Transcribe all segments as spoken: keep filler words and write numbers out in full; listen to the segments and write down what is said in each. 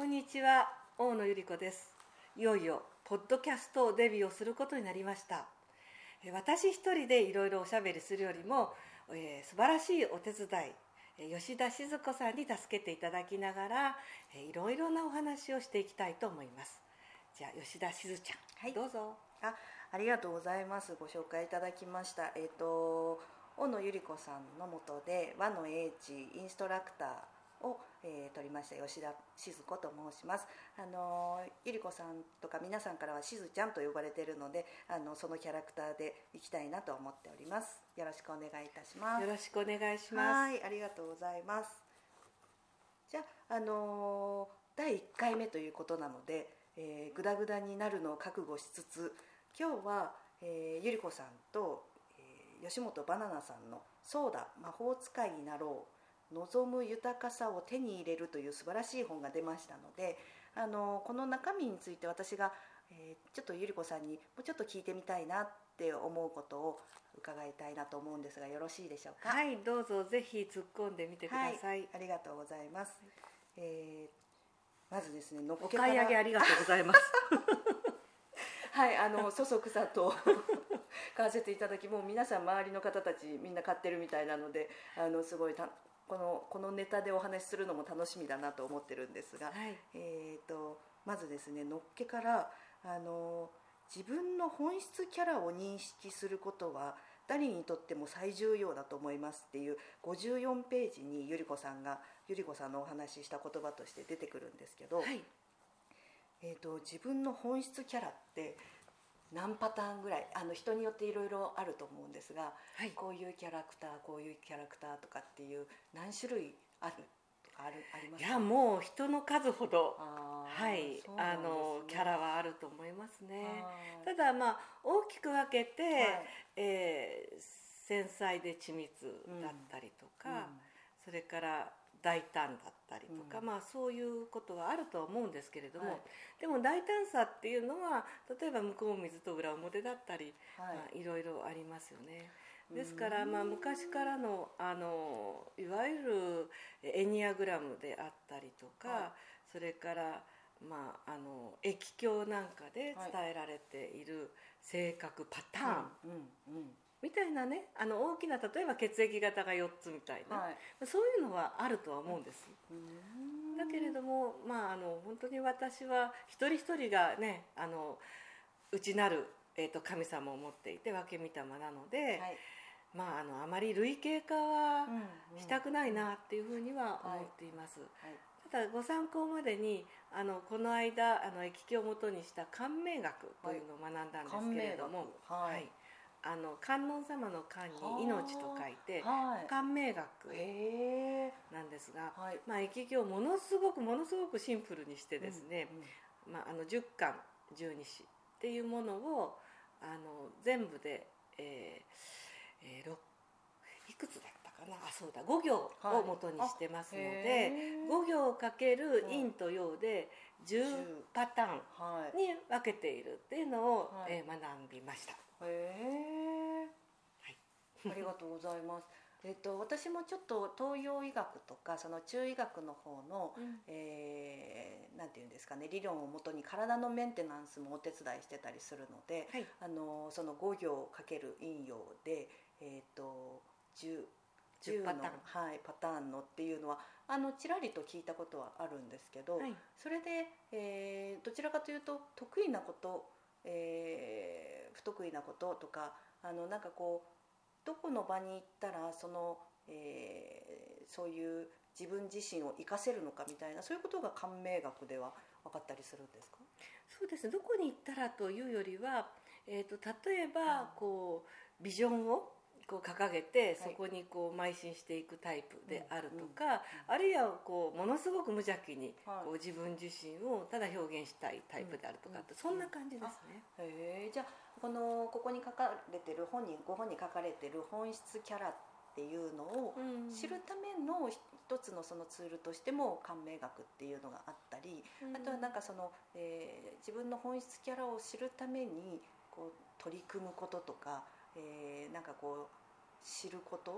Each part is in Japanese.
こんにちは、大野ゆり子です。いよいよポッドキャストデビューをすることになりました。私一人でいろいろおしゃべりするよりも、えー、素晴らしいお手伝い、吉田静子さんに助けていただきながら、いろいろなお話をしていきたいと思います。じゃあ吉田しずちゃん、はい、どうぞ。 あ、ありがとうございます。ご紹介いただきました。えっと大野ゆり子さんの下で和の英知インストラクターを、えー、取りました吉田静子と申します。あのゆり子さんとか皆さんからはしずちゃんと呼ばれているので、あのそのキャラクターでいきたいなと思っております。よろしくお願いいたします。 よろしくお願いします。 はい、ありがとうございます。じゃあ、あのだいいっかいめということなので、えー、グダグダになるのを覚悟しつつ、今日は、えー、ゆり子さんと、えー、吉本ばななさんの「そうだ魔法使いになろう望む豊かさを手に入れる」という素晴らしい本が出ましたので、あのこの中身について私が、えー、ちょっとゆり子さんにもうちょっと聞いてみたいなって思うことを伺いたいなと思うんですが、よろしいでしょうか。 はい、どうぞぜひ突っ込んでみてください。はい、 ありがとうございます。はい、えー、まずですね、のっけからお買い上げありがとうございますはい、あのそそくさと買わせていただき、もう皆さん周りの方たちみんな買ってるみたいなので、あのすごいたこのこのネタでお話しするのも楽しみだなと思ってるんですが、はい、えーとまずですね、のっけからあの自分の本質キャラを認識することは誰にとっても最重要だと思いますっていうごじゅうよんページにゆり子さんがゆり子さんのお話しした言葉として出てくるんですけど、はい、えーと自分の本質キャラって何パターンぐらい、あの人によっていろいろあると思うんですが、はい、こういうキャラクターこういうキャラクターとかっていう何種類あるとかあるありますか？ いや、もう人の数ほど、はい、あのキャラはあると思いますね。ただまあ大きく分けて、はい、えー、繊細で緻密だったりとか、うんうん、それから大胆だったりとか、うん、まあそういうことはあるとは思うんですけれども、はい、でも大胆さっていうのは例えば向こう水と裏表だったり、はい、まあ、いろいろありますよね。ですから、まあ、昔からの、あのいわゆるエニアグラムであったりとか、はい、それから、まあ、あの易経なんかで伝えられている性格パターン、はい、うんうんうんみたいなね、あの大きな例えば血液型がよっつみたいな、はい、そういうのはあるとは思うんです。だけれども、まあ、あの本当に私は一人一人がね、あの内なる、えー、と神様を持っていて分け御霊なので、はい、まあ、あのあまり類型化はしたくないなっていうふうには思っています。はいはい、ただご参考までにあのこの間あの易経をもとにした観命学というのを学んだんですけれども、はい、はい、あの観音様の観に命と書いて、はい、観命学なんですが、はい、まあ、易経をものすごくものすごくシンプルにしてですね、うんうん、まあ、あのじゅっかんじゅうに詩っていうものをあの全部で、えーえー、いくつだったかな、あ、そうだ、ご行を元にしてますので、はい、ご行かける陰と陽でじゅうパターンに分けているっていうのを、はい、えー、学びました。へえ、はい、ありがとうございます。えっと、私もちょっと東洋医学とかその中医学の方の、うん、えー、なんていうんですかね、理論をもとに体のメンテナンスもお手伝いしてたりするので、はい、あのそのご行かける陰陽で、えー、と 10, 10のパターン、はい、パターンのっていうのはあのちらりと聞いたことはあるんですけど、はい、それで、えー、どちらかというと得意なこと、えー、不得意なこととか、あのなんかこうどこの場に行ったらその、えー、そういう自分自身を生かせるのかみたいな、そういうことが観命学では分かったりするんですか？ そうですね、どこに行ったらというよりは、えー、と例えばこうビジョンをこう掲げてそこにこう邁進していくタイプであるとか、はい、あるいはこうものすごく無邪気にこう自分自身をただ表現したいタイプであるとか、そんな感じですね。 へえ、じゃあこのここに書かれてる本にご本に書かれてる本質キャラっていうのを知るための一つのそのツールとしても観命学っていうのがあったり、あとはなんかその、えー、自分の本質キャラを知るためにこう取り組むこととか、えー、なんかこう知ること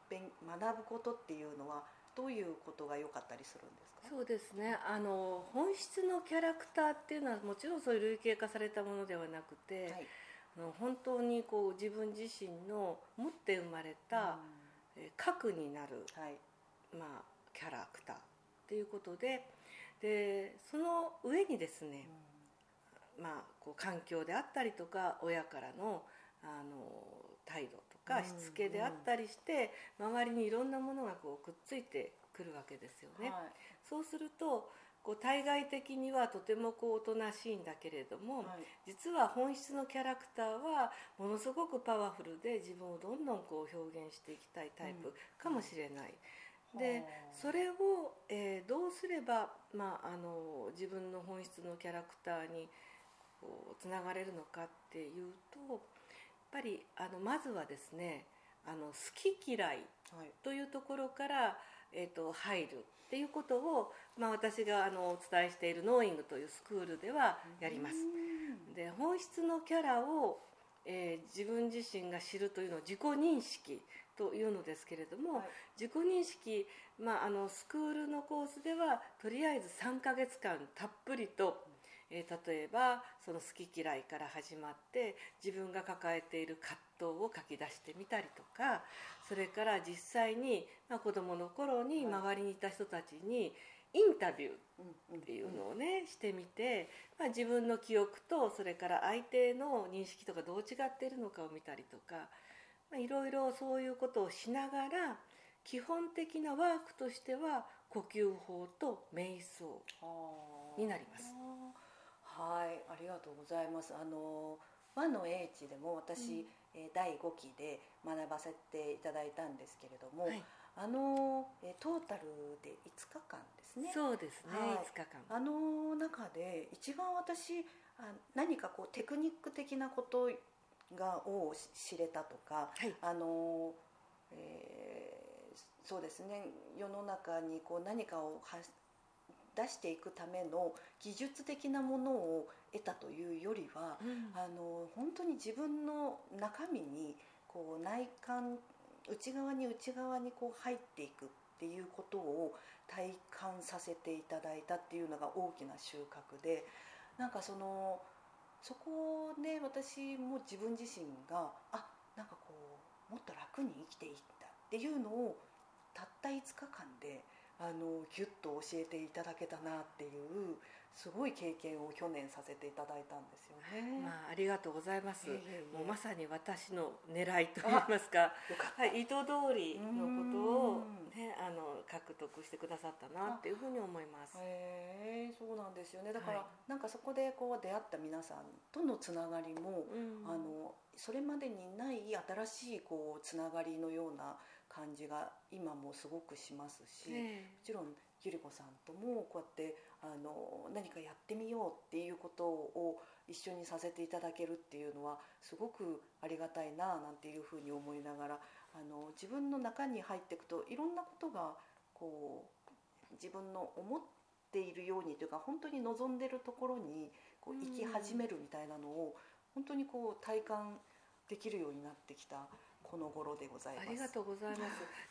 勉学ぶことっていうのはどういうことが良かったりするんですか？ そうですね、あの本質のキャラクターっていうのはもちろんそういう類型化されたものではなくて、はい、あの本当にこう自分自身の持って生まれた、うん、え核になる、はい、まあ、キャラクターっていうことで、でその上にですね、うん、まあ、こう環境であったりとか親からのあの態度とかしつけであったりして、うんうん、周りにいろんなものがこうくっついてくるわけですよね、はい、そうするとこう対外的にはとてもこうおとなしいんだけれども、はい、実は本質のキャラクターはものすごくパワフルで自分をどんどんこう表現していきたいタイプかもしれない、うん、でそれを、えー、どうすれば、まあ、あの自分の本質のキャラクターにこうつながれるのかっていうと、やっぱりあのまずはですね、あの好き嫌いというところから、はい、えー、と入るっていうことを、まあ、私があのお伝えしているノーイングというスクールではやります。で本質のキャラを、えー、自分自身が知るというのを自己認識というのですけれども、はい、自己認識、まあ、あのスクールのコースではとりあえずさんかげつかんたっぷりと、えー、例えばその好き嫌いから始まって自分が抱えている葛藤を書き出してみたりとか、それから実際に、まあ、子どもの頃に周りにいた人たちにインタビューっていうのをねしてみて、まあ、自分の記憶とそれから相手の認識とかどう違っているのかを見たりとか、まあ、いろいろそういうことをしながら基本的なワークとしては呼吸法と瞑想になります。 はい、ありがとうございます。あの和の英知でも私、うん、だいごきで学ばせていただいたんですけれども、はい、あのトータルでいつかかんですね。 そうですね、はい、いつかかん。 あの中で一番私あ何かこうテクニック的なことがを知れたとか、はい、あの、えー、そうですね、世の中にこう何かを発出していくための技術的なものを得たというよりは、うん、あの本当に自分の中身にこう内観内側に内側にこう入っていくっていうことを体感させていただいたっていうのが大きな収穫で、なんかそのそこで私も自分自身があなんかこうもっと楽に生きていったっていうのをたったいつかかんであのギュッと教えていただけたなっていうすごい経験を去年させていただいたんですよね。 まあ、ありがとうございます。えー、もうまさに私の狙いといいますか、はい、意図通りのことを、ね、あの獲得してくださったなっていうふうに思います。 へえー、そうなんですよね。だから、はい、なんかそこでこう出会った皆さんとのつながりも、うん、あのそれまでにない新しいこうつながりのような感じが今もすごくしますし、えー、もちろんゆり子さんともこうやってあの何かやってみようっていうことを一緒にさせていただけるっていうのはすごくありがたいななんていうふうに思いながら、あの自分の中に入っていくといろんなことがこう自分の思っているようにというか本当に望んでるところにこう生き始めるみたいなのを本当にこう体感できるようになってきたこの頃でございます。 ありがとうございます。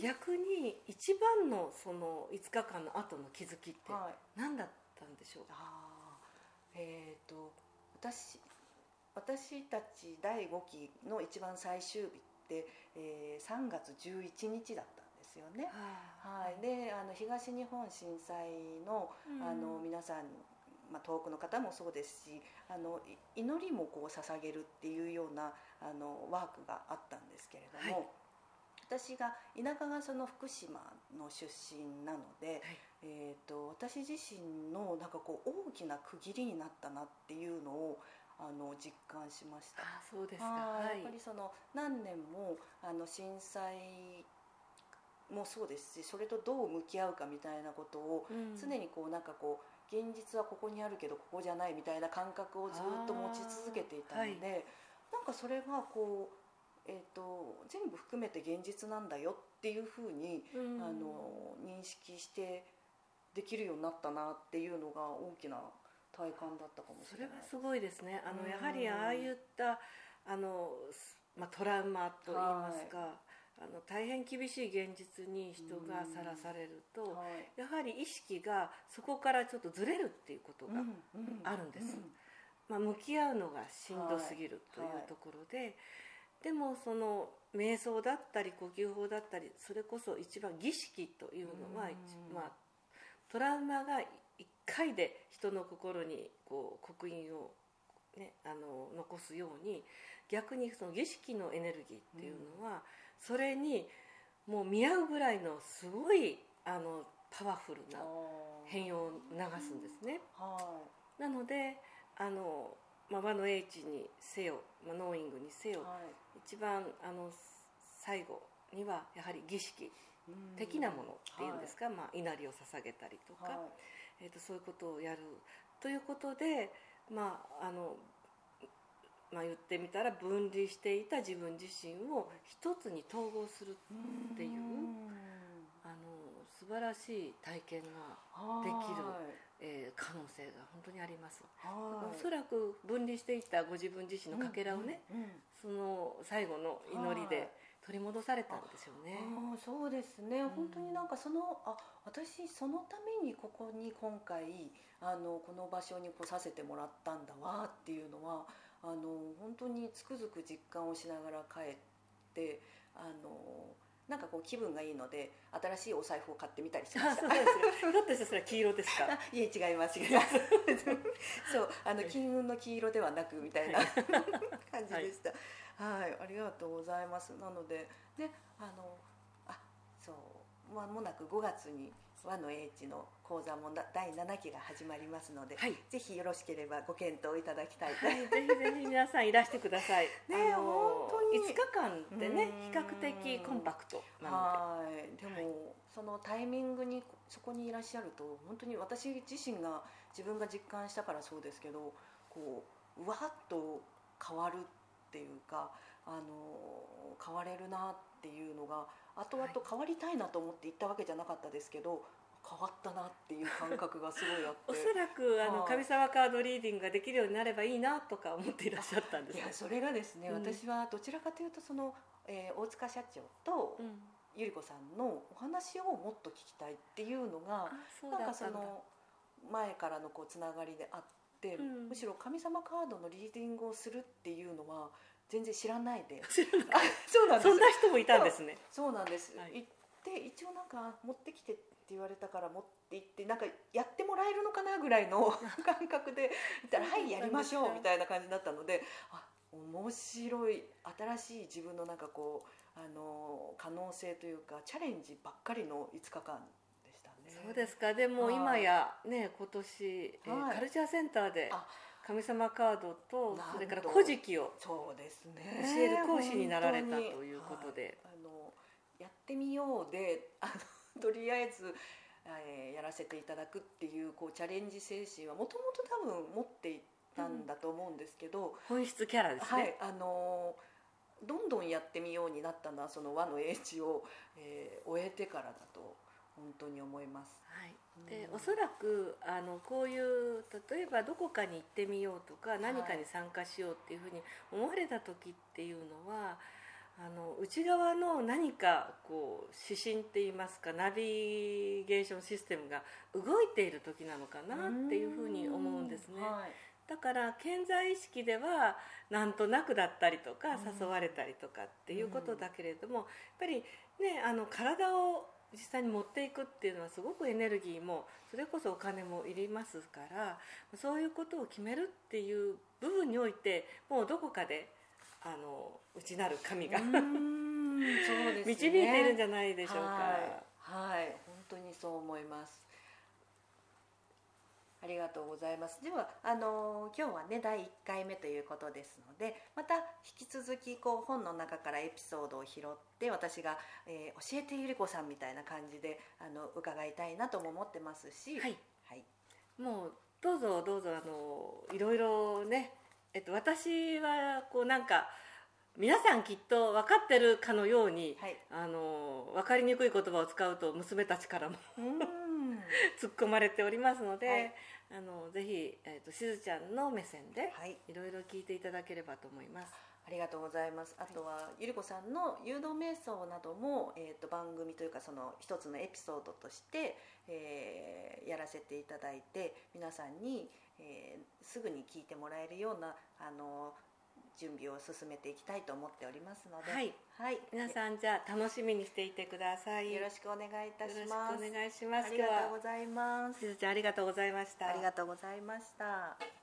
逆に一番のそのいつかかんの後の気づきって何だったんでしょうか？ あえー、と 私, 私たちだいごきの一番最終日って、えー、さんがつじゅういちにちだったんですよね。はい、であの東日本震災 の, あの皆さん、まあ、遠くの方もそうですしあの祈りもこう捧げるっていうようなあのワークがあったんですけれども、はい、私が田舎がその福島の出身なので、はい、えー、と私自身のなんかこう大きな区切りになったなっていうのをあの実感しました。 あ、そうですか。 はい、やっぱりその何年もあの震災もそうですし、それとどう向き合うかみたいなことを常にこうなんかこう現実はここにあるけどここじゃないみたいな感覚をずっと持ち続けていたので、はい、なんかそれがこう、えーと、全部含めて現実なんだよっていうふうに、うん、あの認識してできるようになったなっていうのが大きな体感だったかもしれない。 それはすごいですね。あのやはりああいったあの、まあ、トラウマといいますか、はい、 あの大変厳しい現実に人がさらされると、 はい、 やはり意識がそこからちょっとずれるっていうことがあるんです、 うんうん、 まあ、向き合うのがしんどすぎるというところで、はいはい、でもその瞑想だったり呼吸法だったり、それこそ一番儀式というのは、うん、まあ、トラウマがいっかいで人の心にこう刻印を、ね、あの残すように、逆にその儀式のエネルギーっていうのは、うん、それにもう見合うぐらいのすごいあのパワフルな変容を流すんですね、はい、なのであの、まあ、和の英知にせよ、まあ、ノーイングにせよ、はい、一番あの最後にはやはり儀式的なものっていうんですか、はい、まあ、祈りを捧げたりとか、はい、えーと、そういうことをやるということで、まああのまあ、言ってみたら分離していた自分自身を一つに統合するっていう、あの素晴らしい体験ができる、えー、可能性が本当にあります。おそらく分離していたご自分自身のかけらをね、うんうんうん、その最後の祈りで取り戻されたんですよね。 ああ、そうですね、うん、本当になんかそのあ私そのためにここに今回あのこの場所に来させてもらったんだわっていうのは、あの本当につくづく実感をしながら帰って、あのなんかこう気分がいいので新しいお財布を買ってみたりしました。 そうですよ。だってそれは黄色ですか？ いえ、違います違いますそう、あの金運の黄色ではなくみたいな感じでした。はい、はい、ありがとうございます。なのでね、あのあそう間もなくごがつに和の英知の講座もだいななきが始まりますので、はい、ぜひよろしければご検討いただきたい、はい、 ぜひぜひ皆さんいらしてくださいね。本当にいつかかんってね、比較的コンパクトなので、 はい、でも、はい、そのタイミングにそこにいらっしゃると本当に私自身が自分が実感したからそうですけど、こううわっと変わるっていうか、あの変われるなっていうのが後々変わりたいなと思って行ったわけじゃなかったですけど、変わったなっていう感覚がすごいあっておそらくあの神様カードリーディングができるようになればいいなとか思っていらっしゃったんです。 いや、それがですね、うん、私はどちらかというとその、えー、大塚社長と、うん、ゆり子さんのお話をもっと聞きたいっていうのが、なんかその前からのこうつながりであって、うん、むしろ神様カードのリーディングをするっていうのは全然知らないでそうなんです。そんな人もいたんですね。 そうなんです、はい、行って一応なんか持ってきてって言われたから持って行って、なんかやってもらえるのかなぐらいの感覚で言ったらはいやりましょうみたいな感じだったので、あ、面白い新しい自分のなんかこうあの可能性というかチャレンジばっかりのいつかかんでしたね。 そうですか。でも今やね、今年、はい、カルチャーセンターで神様カードとそれから古事記をそうですね教える講師になられたということで、 はい、あのやってみようであのとりあえず、えー、やらせていただくっていう、こうチャレンジ精神はもともと多分持っていたんだと思うんですけど、うん、 本質キャラですね。 はい、あのどんどんやってみようになったのはその和の英知を、えー、終えてからだと本当に思います。 はい、でおそらくあのこういう例えばどこかに行ってみようとか何かに参加しようっていうふうに思われた時っていうのは、あの内側の何かこう指針っていいますかナビゲーションシステムが動いている時なのかなっていうふうに思うんですね。はい、だから潜在意識ではなんとなくだったりとか誘われたりとかっていうことだけれども、やっぱりね、あの体を実際に持っていくっていうのはすごくエネルギーもそれこそお金もいりますから、そういうことを決めるっていう部分においてもうどこかであの内なる神がそうです、ね、導いているんじゃないでしょうか。 はい、はい、本当にそう思います。ありがとうございます。ではあの今日はねだいいっかいめということですので、また引き続きこう本の中からエピソードを拾って私が、えー、教えてゆり子さんみたいな感じであの伺いたいなとも思ってますし、 はい、はい、もうどうぞどうぞあのいろいろね、えっと、私はこうなんか皆さんきっと分かってるかのように、はい、あの分かりにくい言葉を使うと娘たちからも突っ込まれておりますので、はい、あのぜひ、えーと、しずちゃんの目線でいろいろ聞いていただければと思います。 ありがとうございます。あとは、はい、ゆりこさんの誘導瞑想なども、えー、と番組というかその一つのエピソードとして、えー、やらせていただいて、皆さんに、えー、すぐに聞いてもらえるようなあの準備を進めていきたいと思っておりますので、 はい、はい、皆さんじゃあ楽しみにしていてください。 よろしくお願いいたします。 よろしくお願いします。 ありがとうございます。 しずちゃんありがとうございました。 ありがとうございました。